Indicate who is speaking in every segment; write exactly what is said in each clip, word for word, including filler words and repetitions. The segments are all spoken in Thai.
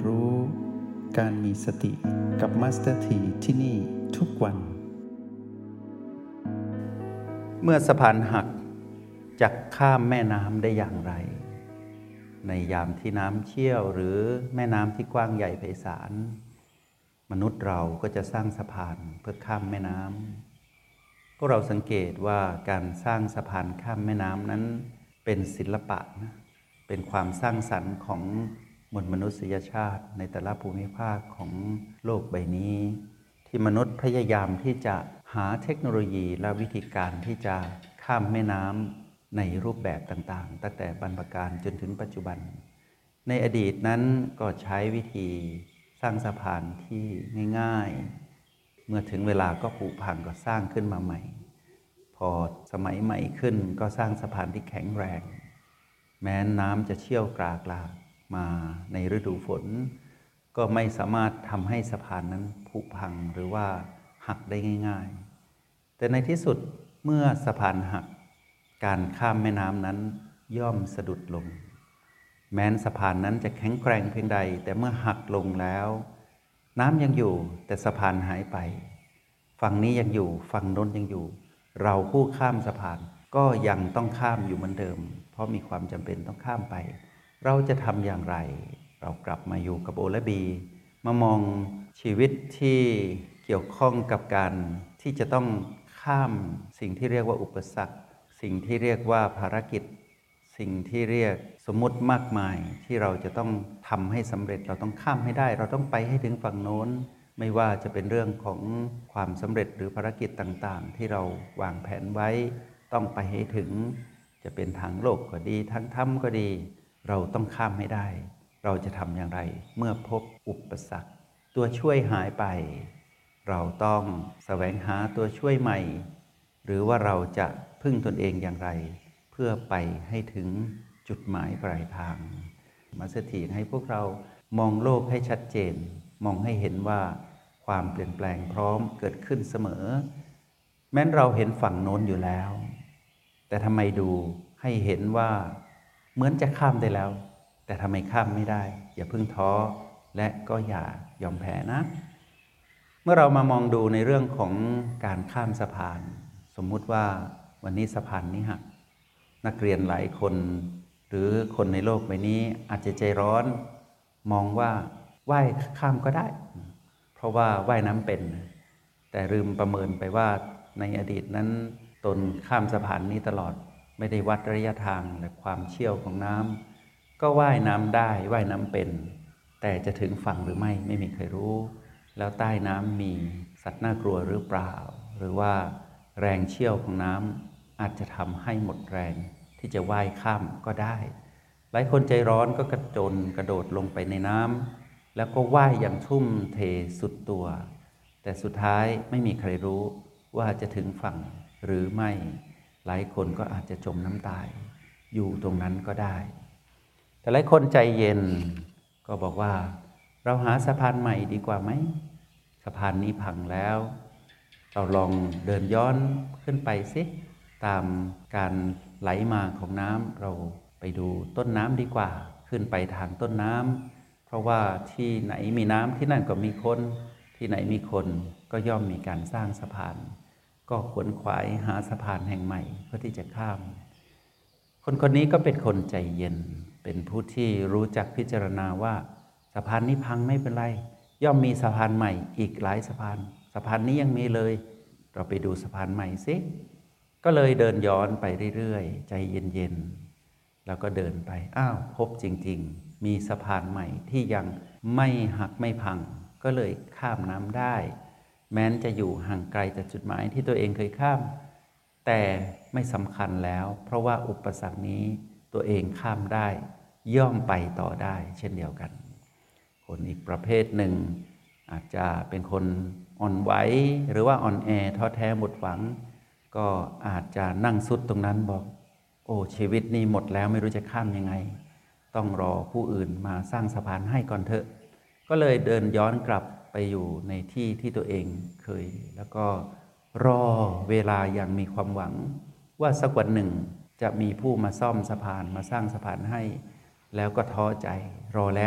Speaker 1: รู้การมีสติกับมาสเตอร์ทีที่นี่ทุกวันเมื่อสะพานหักจะข้ามแม่น้ำได้อย่างไรในยามที่น้ำเชี่ยวหรือแม่น้ำที่กว้างใหญ่ไพศาลมนุษย์เราก็จะสร้างสะพานเพื่อข้ามแม่น้ำพวกเราสังเกตว่าการสร้างสะพานข้ามแม่น้ำนั้นเป็นศิลปะนะเป็นความสร้างสรรค์ของมวลมนุษยชาติในแต่ละภูมิภาคของโลกใบนี้ที่มนุษย์พยายามที่จะหาเทคโนโลยีและวิธีการที่จะข้ามแม่น้ำในรูปแบบต่างๆตั้งแต่บรรพกาลจนถึงปัจจุบันในอดีตนั้นก็ใช้วิธีสร้างสะพานที่ง่ายๆเมื่อถึงเวลาก็ผุพังก็สร้างขึ้นมาใหม่พอสมัยใหม่ขึ้นก็สร้างสะพานที่แข็งแรงแม้น้ำจะเชี่ยวกรากลากมาในฤดูฝนก็ไม่สามารถทำให้สะพานนั้นผุพังหรือว่าหักได้ง่ายๆแต่ในที่สุดเมื่อสะพานหักการข้ามแม่น้ำนั้นย่อมสะดุดลงแม้นสะพานนั้นจะแข็งแกร่งเพียงใดแต่เมื่อหักลงแล้วน้ำยังอยู่แต่สะพานหายไปฝั่งนี้ยังอยู่ฝั่งโน้นยังอยู่เราผู้ข้ามสะพานก็ยังต้องข้ามอยู่เหมือนเดิมเพราะมีความจำเป็นต้องข้ามไปเราจะทำอย่างไรเรากลับมาอยู่กับโอและบีมามองชีวิตที่เกี่ยวข้องกับการที่จะต้องข้ามสิ่งที่เรียกว่าอุปสรรคสิ่งที่เรียกว่าภารกิจสิ่งที่เรียกสมมุติมากมายที่เราจะต้องทำให้สำเร็จเราต้องข้ามให้ได้เราต้องไปให้ถึงฝั่งโน้นไม่ว่าจะเป็นเรื่องของความสำเร็จหรือภารกิจต่างๆที่เราวางแผนไว้ต้องไปให้ถึงจะเป็นทางโลกก็ดีทางธรรมก็ดีเราต้องข้ามให้ได้เราจะทำอย่างไรเมื่อพบอุปสรรคตัวช่วยหายไปเราต้องแสวงหาตัวช่วยใหม่หรือว่าเราจะพึ่งตนเองอย่างไรเพื่อไปให้ถึงจุดหมายปลายทางมาสถีให้พวกเรามองโลกให้ชัดเจนมองให้เห็นว่าความเปลี่ยนแปลงพร้อมเกิดขึ้นเสมอแม้เราเห็นฝั่งโน้นอยู่แล้วแต่ทำไมดูให้เห็นว่าเหมือนจะข้ามได้แล้วแต่ทำไมข้ามไม่ได้อย่าเพิ่งท้อและก็อย่ายอมแพ้นะเมื่อเรามามองดูในเรื่องของการข้ามสะพานสมมุติว่าวันนี้สะพานนี้หักนักเรียนหลายคนหรือคนในโลกใบนี้อาจจะใจร้อนมองว่าว่ายข้ามก็ได้เพราะว่าว่ายน้ำเป็นแต่ลืมประเมินไปว่าในอดีตนั้นตนข้ามสะพานนี้ตลอดไม่ได้วัดระยะทางและความเชี่ยวของน้ำก็ว่ายน้ำได้ว่ายน้ำเป็นแต่จะถึงฝั่งหรือไม่ไม่มีใครรู้แล้วใต้น้ำมีสัตว์น่ากลัวหรือเปล่าหรือว่าแรงเชี่ยวของน้ำอาจจะทำให้หมดแรงที่จะว่ายข้ามก็ได้หลายคนใจร้อนก็กระโจนกระโดดลงไปในน้ำแล้วก็ว่ายอย่างทุ่มเทสุดตัวแต่สุดท้ายไม่มีใครรู้ว่าจะถึงฝั่งหรือไม่หลายคนก็อาจจะจมน้ำตายอยู่ตรงนั้นก็ได้แต่หลายคนใจเย็นก็บอกว่าเราหาสะพานใหม่ดีกว่าไหมสะพานนี้พังแล้วเราลองเดินย้อนขึ้นไปสิตามการไหลมาของน้ำเราไปดูต้นน้ำดีกว่าขึ้นไปทางต้นน้ำเพราะว่าที่ไหนมีน้ำที่นั่นก็มีคนที่ไหนมีคนก็ย่อมมีการสร้างสะพานก็ขวนขวายหาสะพานแห่งใหม่เพื่อที่จะข้ามคนคนนี้ก็เป็นคนใจเย็นเป็นผู้ที่รู้จักพิจารณาว่าสะพานนี้พังไม่เป็นไรย่อมมีสะพานใหม่อีกหลายสะพานสะพานนี้ยังมีเลยเราไปดูสะพานใหม่สิก็เลยเดินย้อนไปเรื่อยๆใจเย็นๆแล้วก็เดินไปอ้าวพบจริงๆมีสะพานใหม่ที่ยังไม่หักไม่พังก็เลยข้ามน้ำได้แม้นจะอยู่ห่างไกลจากจุดหมายที่ตัวเองเคยข้ามแต่ไม่สำคัญแล้วเพราะว่าอุปสรรคนี้ตัวเองข้ามได้ย่อมไปต่อได้เช่นเดียวกันคนอีกประเภทหนึ่งอาจจะเป็นคนอ่อนไหวหรือว่าอ่อนแอท้อแท้หมดหวังก็อาจจะนั่งซุดตรงนั้นบอกโอ้ชีวิตนี้หมดแล้วไม่รู้จะข้ามยังไงต้องรอผู้อื่นมาสร้างสะพานให้ก่อนเถอะก็เลยเดินย้อนกลับไปอยู่ในที่ที่ตัวเองเคยแล้วก็รอเวลาอย่างมีความหวังว่าสักวันหนึ่งจะมีผู้มาซ่อมสะพานมาสร้างสะพานให้แล้วก็ท้อใจรอแล้ว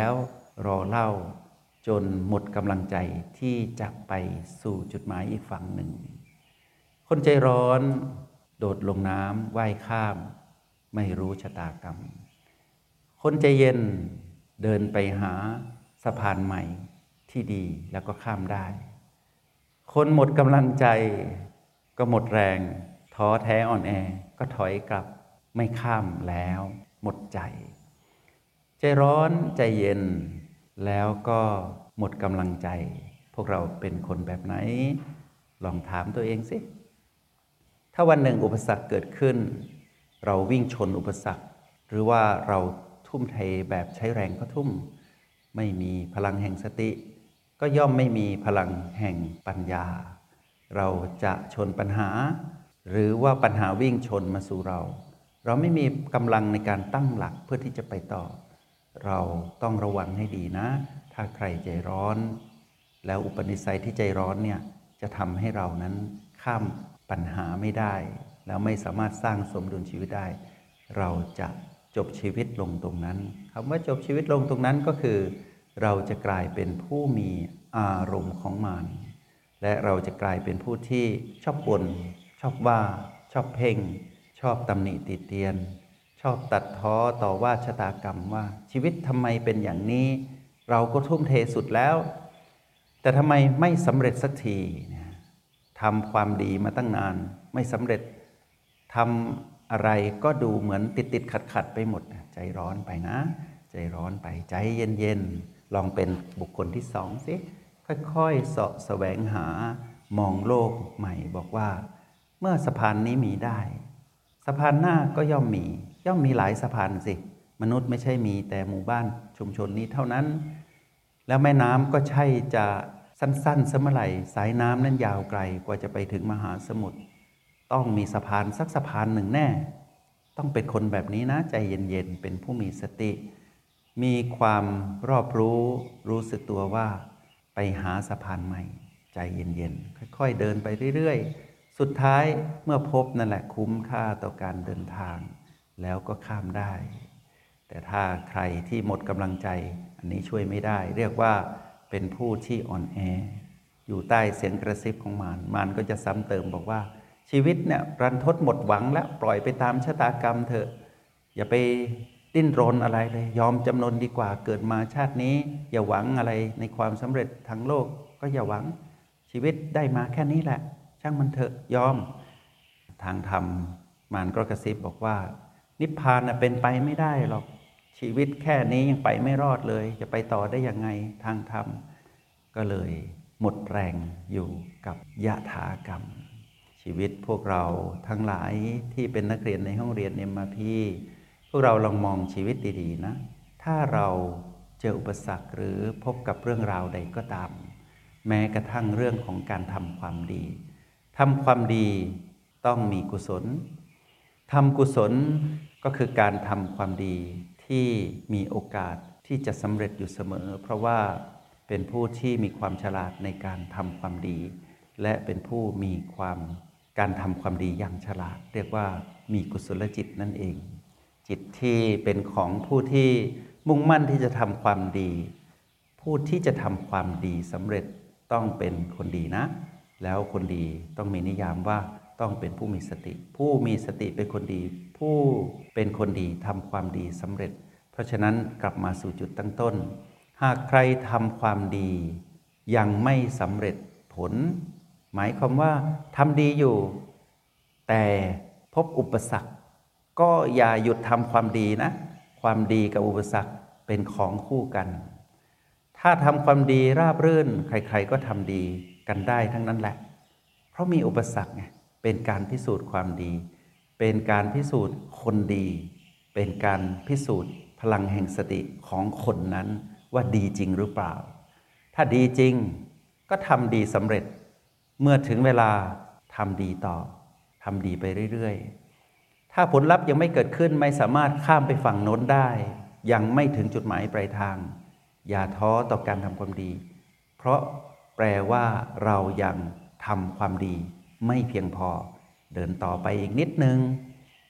Speaker 1: รอเล่าจนหมดกำลังใจที่จะไปสู่จุดหมายอีกฝั่งหนึ่งคนใจร้อนโดดลงน้ำว่ายข้ามไม่รู้ชะตากรรมคนใจเย็นเดินไปหาสะพานใหม่ที่ดีแล้วก็ข้ามได้คนหมดกำลังใจก็หมดแรงท้อแท้อ่อนแอก็ถอยกลับไม่ข้ามแล้วหมดใจใจร้อนใจเย็นแล้วก็หมดกำลังใจพวกเราเป็นคนแบบไหนลองถามตัวเองสิถ้าวันหนึ่งอุปสรรคเกิดขึ้นเราวิ่งชนอุปสรรคหรือว่าเราทุ่มเทแบบใช้แรงก็ทุ่มไม่มีพลังแห่งสติก็ย่อมไม่มีพลังแห่งปัญญาเราจะชนปัญหาหรือว่าปัญหาวิ่งชนมาสู่เราเราไม่มีกำลังในการตั้งหลักเพื่อที่จะไปต่อเราต้องระวังให้ดีนะถ้าใครใจร้อนแล้วอุปนิสัยที่ใจร้อนเนี่ยจะทำให้เรานั้นข้ามปัญหาไม่ได้แล้วไม่สามารถสร้างสมดุลชีวิตได้เราจะจบชีวิตลงตรงนั้นคำว่าจบชีวิตลงตรงนั้นก็คือเราจะกลายเป็นผู้มีอารมณ์ของมารและเราจะกลายเป็นผู้ที่ชอบบ่นชอบว่าชอบเพ่งชอบตำหนิติเตียนชอบตัดพ้อต่อว่าชะตากรรมว่าชีวิตทำไมเป็นอย่างนี้เราก็ทุ่มเทสุดแล้วแต่ทำไมไม่สำเร็จสักทีทำความดีมาตั้งนานไม่สำเร็จทำอะไรก็ดูเหมือนติดติดขัดขัดไปหมดใจร้อนไปนะใจร้อนไปใจเย็นๆลองเป็นบุคคลที่สองสิค่อยๆเสาะแสวงหามองโลกใหม่บอกว่าเมื่อสะพานนี้มีได้สะพานหน้าก็ย่อมมีย่อมมีหลายสะพานสิมนุษย์ไม่ใช่มีแต่หมู่บ้านชุมชนนี้เท่านั้นแล้วแม่น้ำก็ใช่จะสั้นๆเสมอไหร่สายน้ำนั้นยาวไกลกว่าจะไปถึงมหาสมุทรต้องมีสะพานสักสะพานหนึ่งแน่ต้องเป็นคนแบบนี้นะใจเย็นๆเป็นผู้มีสติมีความรอบรู้รู้สึกตัวว่าไปหาสะพานใหม่ใจเย็นๆค่อยๆเดินไปเรื่อยๆสุดท้ายเมื่อพบนั่นแหละคุ้มค่าต่อการเดินทางแล้วก็ข้ามได้แต่ถ้าใครที่หมดกำลังใจอันนี้ช่วยไม่ได้เรียกว่าเป็นผู้ที่อ่อนแออยู่ใต้เสียงกระซิบของมารมารก็จะซ้ำเติมบอกว่าชีวิตเนี่ยรันทดหมดหวังแล้วปล่อยไปตามชะตากรรมเถอะอย่าไปดิ้นรนอะไรเลยยอมจำนนดีกว่าเกิดมาชาตินี้อย่าหวังอะไรในความสำเร็จทางโลกก็อย่าหวังชีวิตได้มาแค่นี้แหละช่างมันเถอะยอมทางธรรมมารก็กระซิบบอกว่านิพพานน่ะเป็นไปไม่ได้หรอกชีวิตแค่นี้ยังไปไม่รอดเลยจะไปต่อได้ยังไงทางธรรมก็เลยหมดแรงอยู่กับยถากรรมชีวิตพวกเราทั้งหลายที่เป็นนักเรียนในห้องเรียน เอ็ม อาร์ พี พวกเราลองมองชีวิตดีๆนะถ้าเราเจออุปสรรคหรือพบกับเรื่องราวใดก็ตามแม้กระทั่งเรื่องของการทำความดีทำความดีต้องมีกุศลทำกุศลก็คือการทำความดีที่มีโอกาสที่จะสำเร็จอยู่เสมอเพราะว่าเป็นผู้ที่มีความฉลาดในการทำความดีและเป็นผู้มีความการทำความดีอย่างฉลาดเรียกว่ามีกุศลจิตนั่นเองจิตที่เป็นของผู้ที่มุ่งมั่นที่จะทำความดีผู้ที่จะทำความดีสำเร็จต้องเป็นคนดีนะแล้วคนดีต้องมีนิยามว่าต้องเป็นผู้มีสติผู้มีสติเป็นคนดีผู้เป็นคนดีทำความดีสำเร็จเพราะฉะนั้นกลับมาสู่จุดตั้งต้นหากใครทำความดียังไม่สำเร็จผลหมายความว่าทำดีอยู่แต่พบอุปสรรคก็อย่าหยุดทำความดีนะความดีกับอุปสรรคเป็นของคู่กันถ้าทำความดีราบรื่นใครๆก็ทำดีกันได้ทั้งนั้นแหละเพราะมีอุปสรรคไงเป็นการพิสูจน์ความดีเป็นการพิสูจน์คนดีเป็นการพิสูจน์พลังแห่งสติของคนนั้นว่าดีจริงหรือเปล่าถ้าดีจริงก็ทำดีสำเร็จเมื่อถึงเวลาทำดีต่อทำดีไปเรื่อยๆถ้าผลลัพธ์ยังไม่เกิดขึ้นไม่สามารถข้ามไปฝั่งโน้นได้ยังไม่ถึงจุดหมายปลายทางอย่าท้อต่อการทำความดีเพราะแปลว่าเรายังทำความดีไม่เพียงพอเดินต่อไปอีกนิดนึง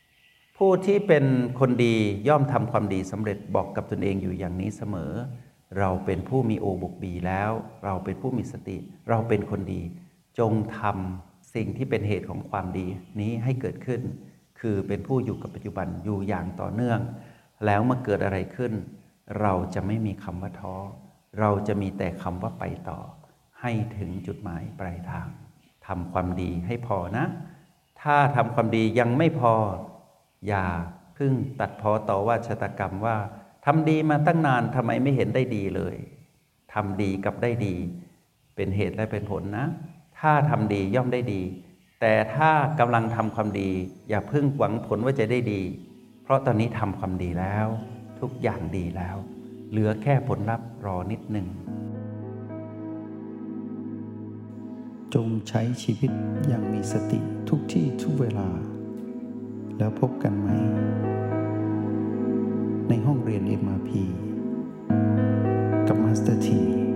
Speaker 1: ผู้ที่เป็นคนดีย่อมทำความดีสำเร็จบอกกับตนเองอยู่อย่างนี้เสมอเราเป็นผู้มีโอบวกบีแล้วเราเป็นผู้มีสติเราเป็นคนดีจงทำสิ่งที่เป็นเหตุของความดีนี้ให้เกิดขึ้นคือเป็นผู้อยู่กับปัจจุบันอยู่อย่างต่อเนื่องแล้วเมื่อเกิดอะไรขึ้นเราจะไม่มีคำว่าท้อเราจะมีแต่คำว่าไปต่อให้ถึงจุดหมายปลายทางทำความดีให้พอนะถ้าทำความดียังไม่พออย่าเพิ่งตัดพ้อต่อว่าชะตากรรมว่าทำดีมาตั้งนานทำไมไม่เห็นได้ดีเลยทำดีกับได้ดีเป็นเหตุและเป็นผลนะถ้าทำดีย่อมได้ดีแต่ถ้ากำลังทำความดีอย่าเพิ่งหวังผลว่าจะได้ดีเพราะตอนนี้ทำความดีแล้วทุกอย่างดีแล้วเหลือแค่ผลลัพธ์รอนิดหนึ่ง
Speaker 2: จงใช้ชีวิตอย่างมีสติทุกที่ทุกเวลาแล้วพบกันไหมในห้องเรียน เอ็ม อาร์ พี กับมาสเตอร์ที